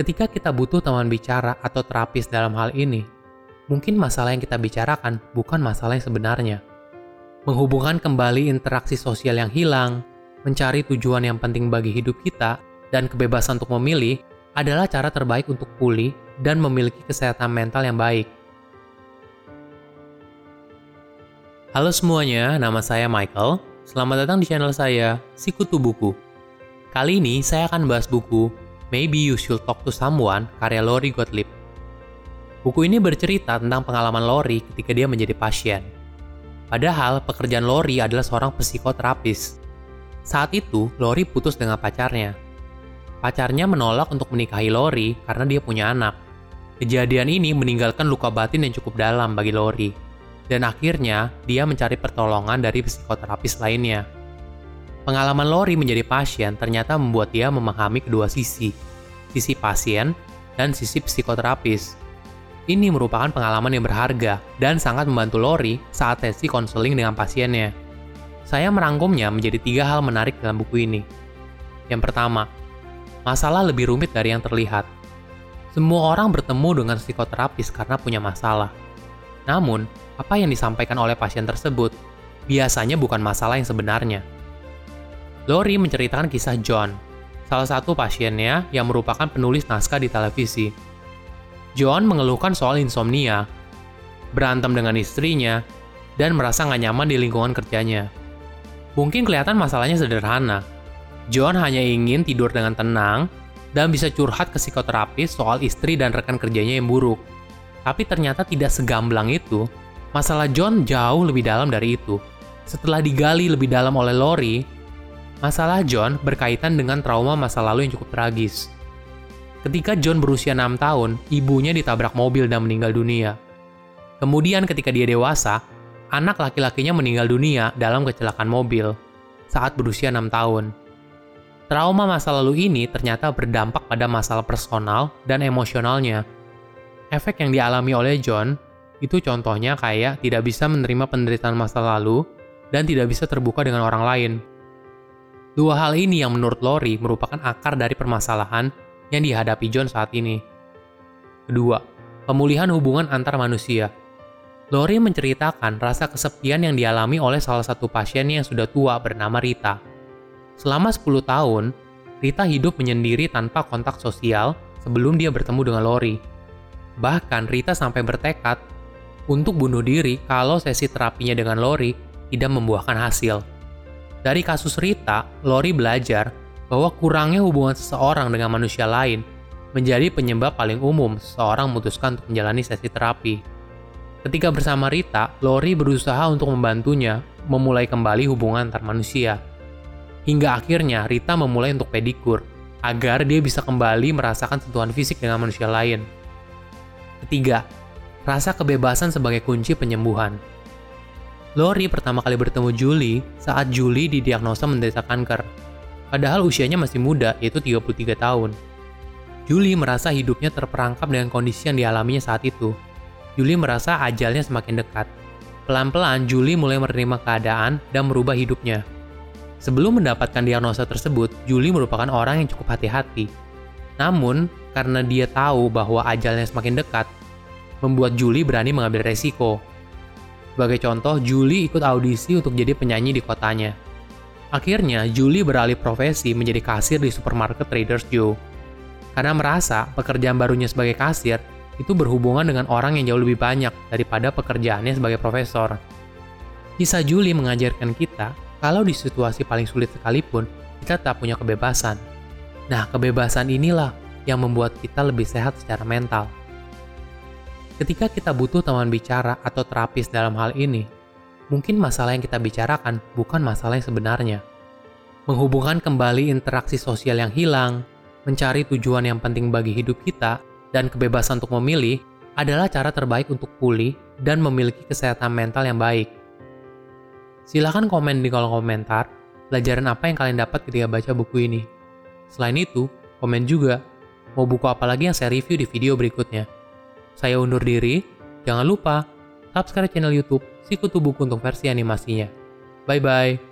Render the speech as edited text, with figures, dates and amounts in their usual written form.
Ketika kita butuh teman bicara atau terapis dalam hal ini, mungkin masalah yang kita bicarakan bukan masalah yang sebenarnya. Menghubungkan kembali interaksi sosial yang hilang, mencari tujuan yang penting bagi hidup kita, dan kebebasan untuk memilih adalah cara terbaik untuk pulih dan memiliki kesehatan mental yang baik. Halo semuanya, nama saya Michael. Selamat datang di channel saya, Sikutu Buku. Kali ini saya akan bahas buku Maybe You Should Talk to Someone, karya Lori Gottlieb. Buku ini bercerita tentang pengalaman Lori ketika dia menjadi pasien. Padahal pekerjaan Lori adalah seorang psikoterapis. Saat itu, Lori putus dengan pacarnya. Pacarnya menolak untuk menikahi Lori karena dia punya anak. Kejadian ini meninggalkan luka batin yang cukup dalam bagi Lori. Dan akhirnya, dia mencari pertolongan dari psikoterapis lainnya. Pengalaman Lori menjadi pasien ternyata membuat dia memahami kedua sisi pasien dan sisi psikoterapis. Ini merupakan pengalaman yang berharga dan sangat membantu Lori saat sesi konseling dengan pasiennya. Saya merangkumnya menjadi 3 hal menarik dalam buku ini. Yang pertama, masalah lebih rumit dari yang terlihat. Semua orang bertemu dengan psikoterapis karena punya masalah. Namun, apa yang disampaikan oleh pasien tersebut biasanya bukan masalah yang sebenarnya. Lori menceritakan kisah John, salah satu pasiennya yang merupakan penulis naskah di televisi. John mengeluhkan soal insomnia, berantem dengan istrinya, dan merasa nggak nyaman di lingkungan kerjanya. Mungkin kelihatan masalahnya sederhana. John hanya ingin tidur dengan tenang dan bisa curhat ke psikoterapis soal istri dan rekan kerjanya yang buruk. Tapi ternyata tidak segamblang itu. Masalah John jauh lebih dalam dari itu. Setelah digali lebih dalam oleh Lori, masalah John berkaitan dengan trauma masa lalu yang cukup tragis. Ketika John berusia 6 tahun, ibunya ditabrak mobil dan meninggal dunia. Kemudian ketika dia dewasa, anak laki-lakinya meninggal dunia dalam kecelakaan mobil saat berusia 6 tahun. Trauma masa lalu ini ternyata berdampak pada masalah personal dan emosionalnya. Efek yang dialami oleh John itu contohnya kayak tidak bisa menerima penderitaan masa lalu dan tidak bisa terbuka dengan orang lain. 2 hal ini yang menurut Lori merupakan akar dari permasalahan yang dihadapi John saat ini. Kedua, pemulihan hubungan antar manusia. Lori menceritakan rasa kesepian yang dialami oleh salah satu pasiennya yang sudah tua bernama Rita. Selama 10 tahun, Rita hidup menyendiri tanpa kontak sosial sebelum dia bertemu dengan Lori. Bahkan Rita sampai bertekad untuk bunuh diri kalau sesi terapinya dengan Lori tidak membuahkan hasil. Dari kasus Rita, Lori belajar bahwa kurangnya hubungan seseorang dengan manusia lain menjadi penyebab paling umum seseorang memutuskan untuk menjalani sesi terapi. Ketika bersama Rita, Lori berusaha untuk membantunya memulai kembali hubungan antar manusia. Hingga akhirnya Rita memulai untuk pedikur, agar dia bisa kembali merasakan sentuhan fisik dengan manusia lain. Ketiga, rasa kebebasan sebagai kunci penyembuhan. Lori pertama kali bertemu Julie saat Julie didiagnosa menderita kanker. Padahal usianya masih muda, yaitu 33 tahun. Julie merasa hidupnya terperangkap dengan kondisi yang dialaminya saat itu. Julie merasa ajalnya semakin dekat. Pelan-pelan Julie mulai menerima keadaan dan merubah hidupnya. Sebelum mendapatkan diagnosa tersebut, Julie merupakan orang yang cukup hati-hati. Namun, karena dia tahu bahwa ajalnya semakin dekat, membuat Julie berani mengambil resiko. Sebagai contoh, Julie ikut audisi untuk jadi penyanyi di kotanya. Akhirnya, Julie beralih profesi menjadi kasir di supermarket Trader Joe. Karena merasa pekerjaan barunya sebagai kasir itu berhubungan dengan orang yang jauh lebih banyak daripada pekerjaannya sebagai profesor. Kisah Julie mengajarkan kita kalau di situasi paling sulit sekalipun, kita tak punya kebebasan. Nah, kebebasan inilah yang membuat kita lebih sehat secara mental. Ketika kita butuh teman bicara atau terapis dalam hal ini, mungkin masalah yang kita bicarakan bukan masalah yang sebenarnya. Menghubungkan kembali interaksi sosial yang hilang, mencari tujuan yang penting bagi hidup kita, dan kebebasan untuk memilih adalah cara terbaik untuk pulih dan memiliki kesehatan mental yang baik. Silahkan komen di kolom komentar pelajaran apa yang kalian dapat ketika baca buku ini. Selain itu, komen juga mau buku apa lagi yang saya review di video berikutnya. Saya undur diri, jangan lupa subscribe channel YouTube Sikutu Buku untuk versi animasinya. Bye-bye.